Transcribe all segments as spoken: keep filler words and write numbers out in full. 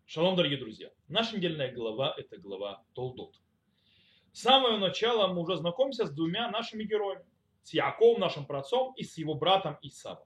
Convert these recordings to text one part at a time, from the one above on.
Шалом, дорогие друзья. Наша недельная глава – это глава Толдот. С самого начала мы уже знакомимся с двумя нашими героями. С Яковом, нашим праотцом, и с его братом Исавом.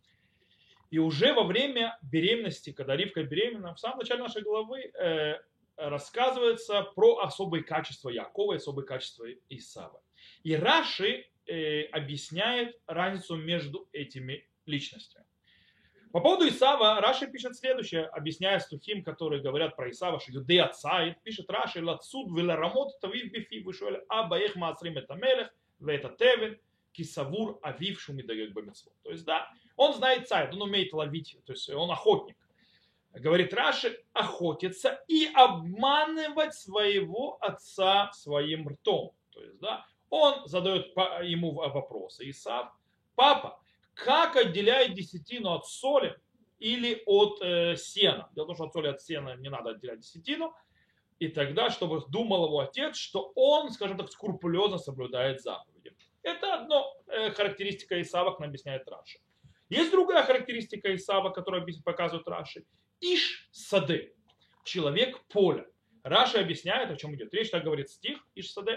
И уже во время беременности, когда Ривка беременна, в самом начале нашей главы э, рассказывается про особые качества Якова и особые качества Исава. И Раши э, объясняет разницу между этими личностями. По поводу Исава Раши пишет следующее, объясняя стухим, которые говорят про Исава, что юдей отца, и пишет Раши: «Лацуд веларамот тавив бифи вышуэль аба ех маасрим это мелех вета тевен кисавур авив шумидагек бамитсвот». То есть, да, он знает царь, он умеет ловить, то есть он охотник. Говорит Раши, охотиться и обманывать своего отца своим ртом. То есть, да, он задает ему вопросы. Исав: папа, как отделяет десятину от соли или от э, сена? Дело в том, что от соли и от сена не надо отделять десятину. И тогда, чтобы думал его отец, что он, скажем так, скрупулезно соблюдает заповеди. Это одна э, характеристика Исава, как объясняет Раши. Есть другая характеристика Исава, которую показывает Раши. Иш саде. Человек поля. Раши объясняет, о чем идет речь. Так говорит стих Иш саде.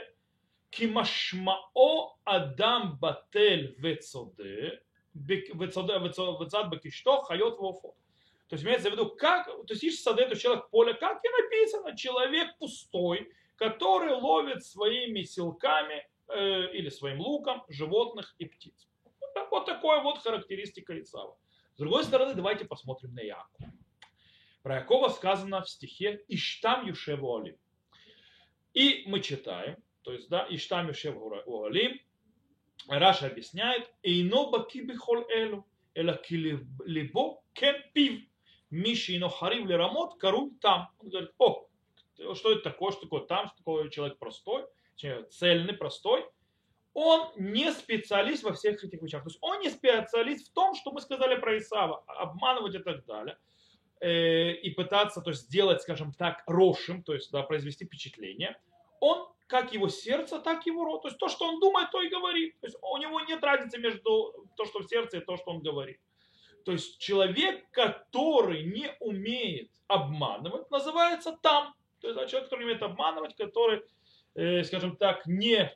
Кимашмао адам батель вецоде. Вецад бакишто хайот вофот. То есть имеется в виду, как, то есть иш саде, это человек поля, как и написано, человек пустой, который ловит своими силками э, или своим луком животных и птиц. Вот, вот такая вот характеристика Исава. С другой стороны, давайте посмотрим на Якова. Про Якова сказано в стихе Иштам Юшеву Алим. И мы читаем, то есть, да, Иштам Юшеву Алим, Раша объясняет: «Эйно баки бихол элу, эла ки либо кен пив, миши ино харив лерамот каруй там». Он говорит: о, что это такое, что такое там, что такое человек простой, цельный, простой. Он не специалист во всех этих вещах. То есть он не специалист в том, что мы сказали про Исава, обманывать и так далее. И пытаться, то есть, сделать, скажем так, рошим, то есть, да, произвести впечатление. Он, как его сердце, так его рот. То есть то, что он думает, то и говорит. То есть у него нет разницы между то, что в сердце, и то, что он говорит. То есть человек, который не умеет обманывать, называется там. То есть, да, человек, который умеет обманывать, который, э, скажем так, не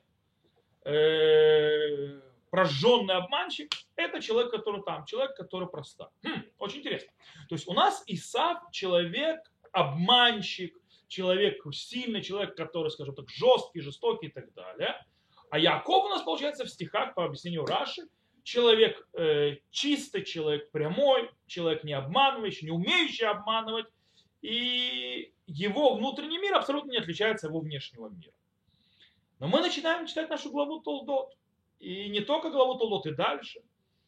э, прожженный обманщик, это человек, который там. Человек, который проста. Хм, очень интересно. То есть у нас Исав человек, обманщик, человек сильный, человек, который, скажем так, жесткий, жестокий и так далее. А Яков у нас получается в стихах, по объяснению Раши, человек э, чистый, человек прямой, человек не обманывающий, не умеющий обманывать. И его внутренний мир абсолютно не отличается от его внешнего мира. Но мы начинаем читать нашу главу Толдот. И не только главу Толдот, и дальше.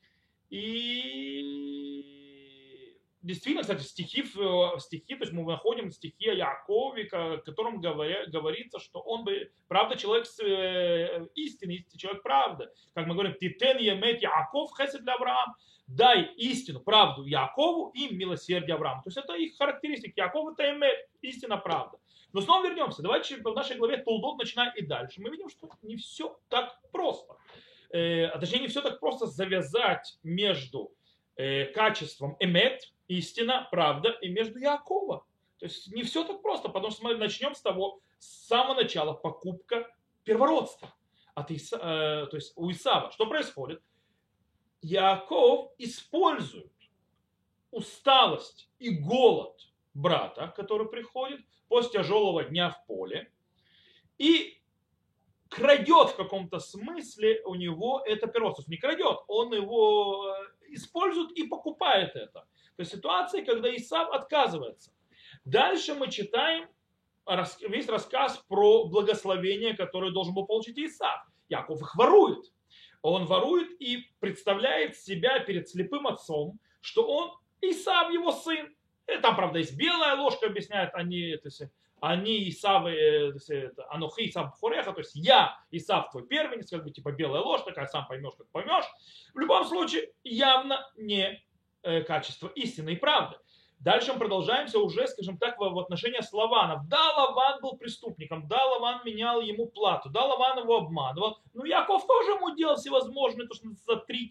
И действительно, кстати, стихи, стихи, то есть мы находим стихи о Якове, в котором говоря, говорится, что он бы, правда, человек э, истины, человек правды. Как мы говорим, «Титен емет Яков хесед для Авраама». Дай истину, правду Якову и милосердие Аврааму. То есть это их характеристики. Яков — это емет, истина, правда. Но снова вернемся. Давайте в нашей главе Толдот, начиная и дальше. Мы видим, что не все так просто. Э, а точнее, не все так просто завязать между э, качеством эмет, истина, правда, и между Якова. То есть не все так просто, потому что мы начнем с того, с самого начала покупка первородства. От Иса, э, то есть у Исава. Что происходит? Яков использует усталость и голод брата, который приходит после тяжелого дня в поле, и крадет в каком-то смысле у него это первородство. Не крадет, он его использует и покупает это. То есть ситуация, когда Исав отказывается. Дальше мы читаем весь рассказ про благословение, которое должен был получить Исав. Яков их ворует. Он ворует и представляет себя перед слепым отцом, что он Исав, его сын. И там, правда, есть белая ложка, объясняет, они, то есть, они Исав, Анохи Исав Хореха, то есть я Исав твой первенец, как бы типа белая ложь, такая, сам поймешь, как поймешь. В любом случае, явно не э, качество истины и правды. Дальше мы продолжаемся уже, скажем так, в отношении с Лаваном. Да, Лаван был преступником, да, Лаван менял ему плату, да, Лаван его обманывал. Но Яков тоже ему делал всевозможные, то, что за трики мы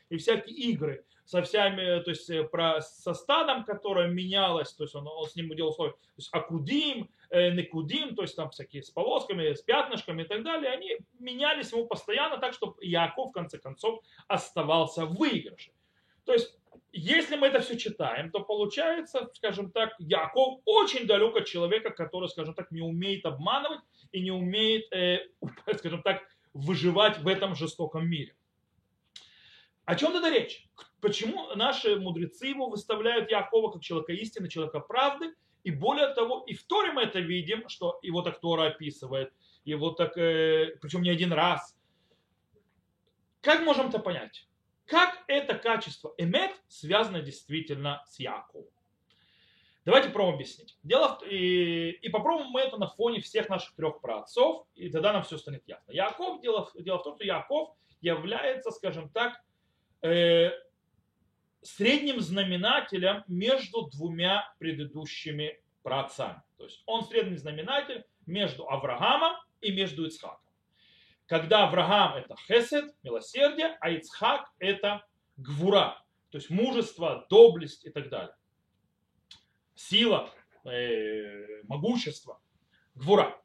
и всякие игры со всеми, то есть про, со стадом, которое менялось, то есть он, он с ним делал условия, то есть акудим, э, некудим, то есть там всякие с полосками, с пятнышками и так далее, они менялись ему постоянно так, чтобы Яков в конце концов оставался в выигрыше. То есть если мы это все читаем, то получается, скажем так, Яков очень далек от человека, который, скажем так, не умеет обманывать и не умеет, э, скажем так, выживать в этом жестоком мире. О чем это речь? Почему наши мудрецы его выставляют Якова как человека истины, человека правды? И более того, и в Торе мы это видим, что его так Тора описывает, его так, э, причем не один раз. Как можем это понять? Как это качество эмет связано действительно с Яковом? Давайте попробуем объяснить. Дело в, и, и попробуем мы это на фоне всех наших трех праотцов, и тогда нам все станет ясно. Яков, дело, дело в том, что Яков является, скажем так, э, средним знаменателем между двумя предыдущими праотцами. То есть он средний знаменатель между Авраамом и между Ицхаком. Когда Авраам это хесед, милосердие, а Ицхак это гвура, то есть мужество, доблесть и так далее. Сила, э, могущество, гвура.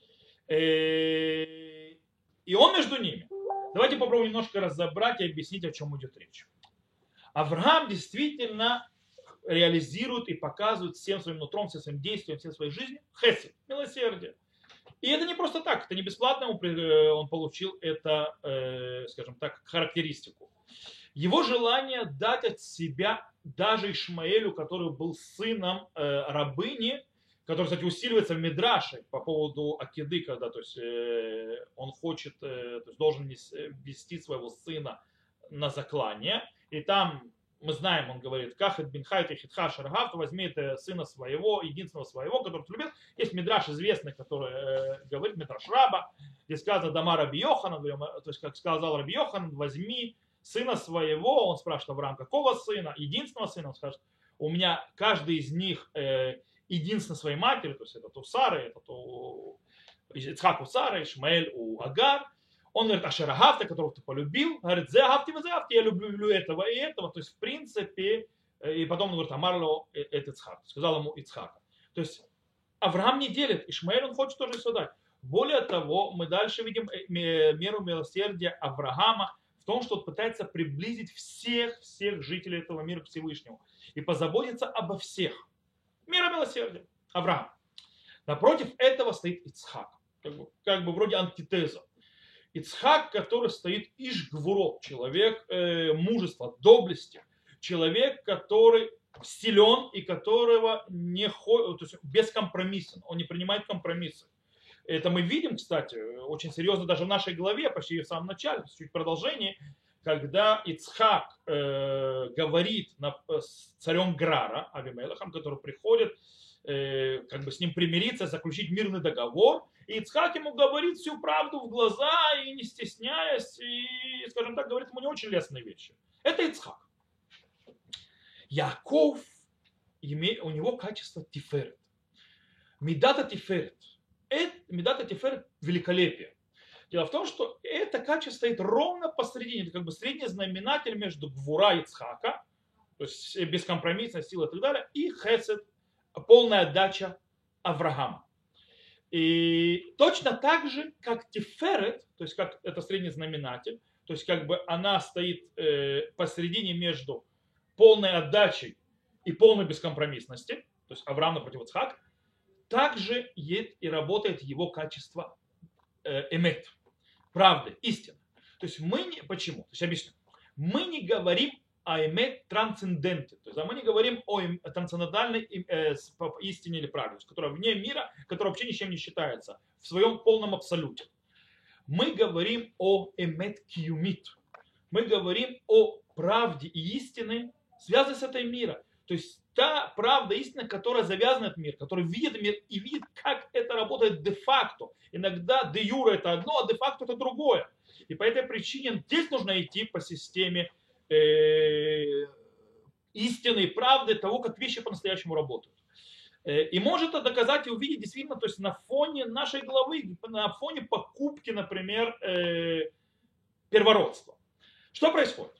Э, и он между ними. Давайте попробуем немножко разобрать и объяснить, о чем идет речь. Авраам действительно реализует и показывает всем своим нутром, всем своим действием, всем своей жизнью хесед, милосердие. И это не просто так, это не бесплатно он получил это, скажем так, характеристику. Его желание дать от себя даже Ишмаэлю, который был сыном рабыни, который, кстати, усиливается в Мидраше по поводу Акиды, когда то есть, он хочет, то есть, должен вести своего сына на заклание. И там мы знаем, он говорит, Кахет бин Хайт и Хитха Шаргав, то возьми это сына своего, единственного своего, которого ты любишь. Есть Мидраш известный, который э, говорит, Мидраш Раба, где сказано Дама Раби Йоханан, то есть, как сказал Раби Йоханан, возьми сына своего, он спрашивает Авраам, какого сына, единственного сына, он скажет, у меня каждый из них э, единственной своей матери, то есть это у Сары, это у Ицхак у Сары, Ишмаэль у Агар. Он говорит, Ашерагавта, которого ты полюбил, говорит, Зеагавти, Везеагавти, я люблю, люблю этого и этого. То есть, в принципе, и потом он говорит, Амарло это Ицхак, сказал ему Ицхака. То есть, Авраам не делит, Ишмаэль он хочет тоже все дать. Более того, мы дальше видим меру милосердия Авраама в том, что он пытается приблизить всех-всех жителей этого мира к Всевышнему и позаботиться обо всех. Мера милосердия, Авраам. Напротив этого стоит Ицхак, как бы, как бы вроде антитеза. Ицхак, который стоит иш гвурот, человек э, мужества, доблести, человек, который силен и которого не ходит, то есть бескомпромиссен, он не принимает компромиссы. Это мы видим, кстати, очень серьезно даже в нашей главе, почти в самом начале, чуть в продолжении, когда Ицхак э, говорит на, с царем Грара, Авимелехом, который приходит э, как бы с ним примириться, заключить мирный договор. И Ицхак ему говорит всю правду в глаза, и не стесняясь, и, скажем так, говорит ему не очень лестные вещи. Это Ицхак. Яков, у него качество тиферет. Медата тиферет. Медата тиферет – великолепие. Дело в том, что это качество стоит ровно посередине. Это как бы средний знаменатель между гвура Ицхака, то есть бескомпромиссная сила и так далее, и хесед, полная отдача Авраама. И точно так же, как тиферет, то есть как это средний знаменатель, то есть как бы она стоит э, посередине между полной отдачей и полной бескомпромиссности, то есть Авраам напротив Ицхака, также есть и работает его качество э, эмет, правды, истины. То есть мы не, почему? То есть объясню. Мы не говорим о эмет трансценденте, то есть а мы не говорим о трансцендентальной э, истине или правде, которая вне мира, которая вообще ничем не считается, в своем полном абсолюте. Мы говорим о эмет киюмит. Мы говорим о правде и истине, связанной с этой миром. То есть та правда, истина, которая завязана в мир, которая видит мир и видит, как это работает де-факто. Иногда де-юра это одно, а де-факто это другое. И по этой причине здесь нужно идти по системе э, истины и правды того, как вещи по-настоящему работают. Э, и может это доказать и увидеть действительно, то есть на фоне нашей главы, на фоне покупки, например, э, первородства. Что происходит?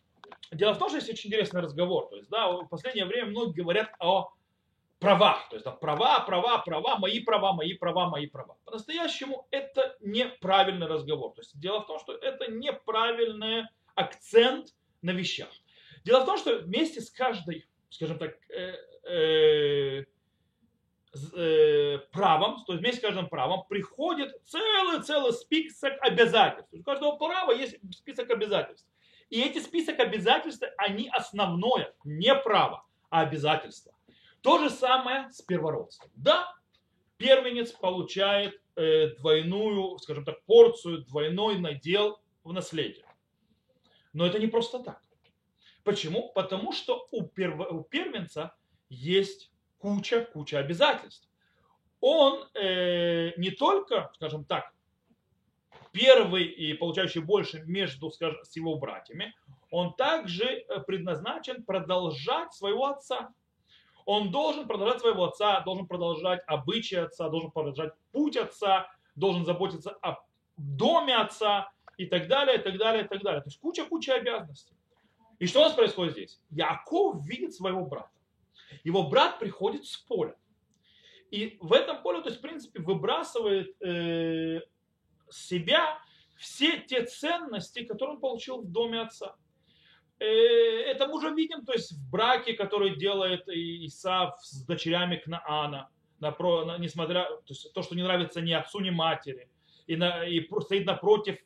дело в том, что есть очень интересный разговор. То есть, да, в последнее время многие говорят о правах. То есть, там, права, права, права, мои права, мои права, мои права. По-настоящему это неправильный разговор. То есть, дело в том, что это неправильный акцент на вещах. Дело в том, что вместе с каждой, скажем так, э, э, э, правом, то есть вместе с каждым правом приходит целый-целый список обязательств. У каждого права есть список обязательств. И эти список обязательств, они основное, не право, а обязательства. То же самое с первородством. Да, первенец получает э, двойную, скажем так, порцию, двойной надел в наследие. Но это не просто так. Почему? Потому что у, перв... у первенца есть куча-куча обязательств. Он э, не только, скажем так, первый и получающий больше между, скажем, с его братьями, он также предназначен продолжать своего отца. Он должен продолжать своего отца, должен продолжать обычаи отца, должен продолжать путь отца, должен заботиться о доме отца и так далее, и так далее, и так далее. То есть куча-куча обязанностей. И что у нас происходит здесь? Яков видит своего брата. Его брат приходит с поля. И в этом поле, то есть, в принципе, выбрасывает э, себя все те ценности, которые он получил в доме отца. Э, это мы уже видим, то есть, в браке, который делает Исав с дочерями Кнаана, напро, на, несмотря, то есть, то, что не нравится ни отцу, ни матери, и, на, и стоит напротив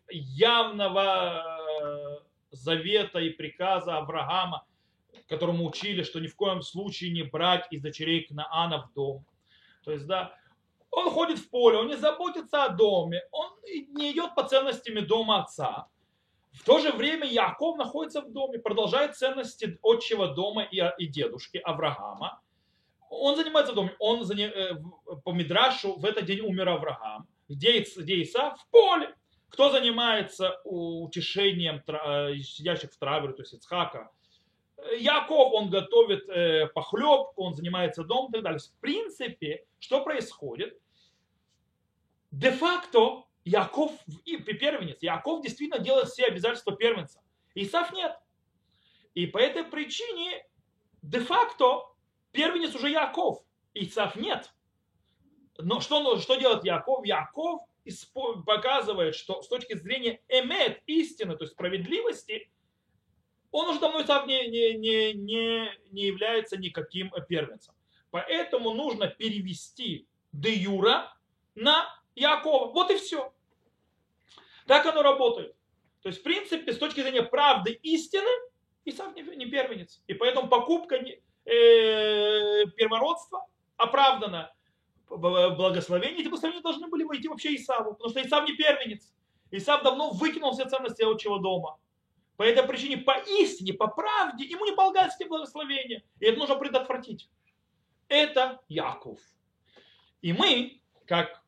явного завета и приказа Авраама, которому учили, что ни в коем случае не брать из дочерей Кнаана в дом. То есть, да, он ходит в поле, он не заботится о доме, он не идет по ценностям дома отца. В то же время Яков находится в доме, продолжает ценности отчего дома и, и дедушки Авраама. Он занимается домом, он заним, по Мидрашу в этот день умер Авраам. Где, где Исав? В поле. Кто занимается утешением сидящих в травере, то есть Ицхака? Яков, он готовит э, похлебку, он занимается домом и так далее. В принципе, что происходит? Де-факто Яков, и первенец, Яков действительно делает все обязательства первенца. Исав нет. И по этой причине де-факто первенец уже Яков, Исав нет. Но что, что делает Яков? Яков показывает, что с точки зрения эмет, истины, то есть справедливости, он уже давно Исав не, не, не, не, не является никаким первенцем. Поэтому нужно перевести де юра на Якова. Вот и все. Так оно работает. То есть, в принципе, с точки зрения правды истины, Исав не, не первенец. И поэтому покупка не, э, первородства оправдана. Благословение, эти благословения должны были войти вообще Исаву. Потому что Исав не первенец. Исав давно выкинул все ценности отчего дома. По этой причине, по истине, по правде, ему не полагаются эти благословения. И это нужно предотвратить. Это Яков. И мы, как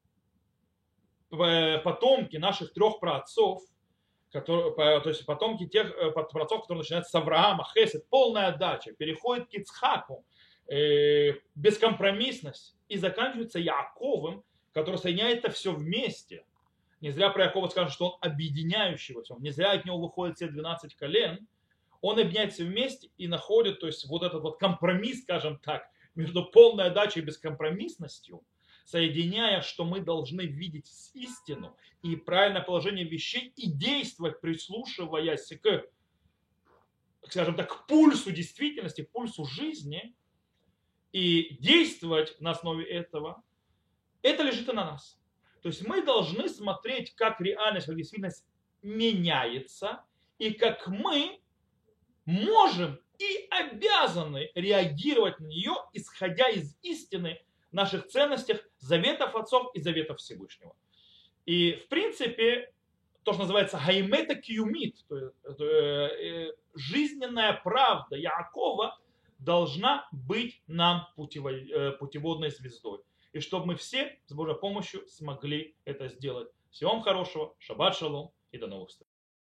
потомки наших трех праотцов, которые, то есть потомки тех праотцов, которые начинаются с Авраама, Хесед, полная отдача, переходит к Ицхаку, э, бескомпромиссность, и заканчивается Яковым, который соединяет это все вместе. Не зря про Якова скажут, что он объединяющий во всем. Не зря от него выходят все двенадцать колен. Он объединяется вместе и находит, то есть вот этот вот компромисс, скажем так, между полной отдачей и бескомпромиссностью, соединяя, что мы должны видеть истину и правильное положение вещей и действовать, прислушиваясь к, скажем так, к пульсу действительности, к пульсу жизни, и действовать на основе этого, это лежит и на нас. То есть мы должны смотреть, как реальность, как действительность меняется, и как мы можем и обязаны реагировать на нее, исходя из истины наших ценностей, заветов отцов и заветов Всевышнего. И в принципе, то, что называется гаймета киумит, то есть жизненная правда Яакова должна быть нам путеводной звездой. И чтобы мы все с Божьей помощью смогли это сделать. Всего вам хорошего, шаббат шалом и до новых встреч.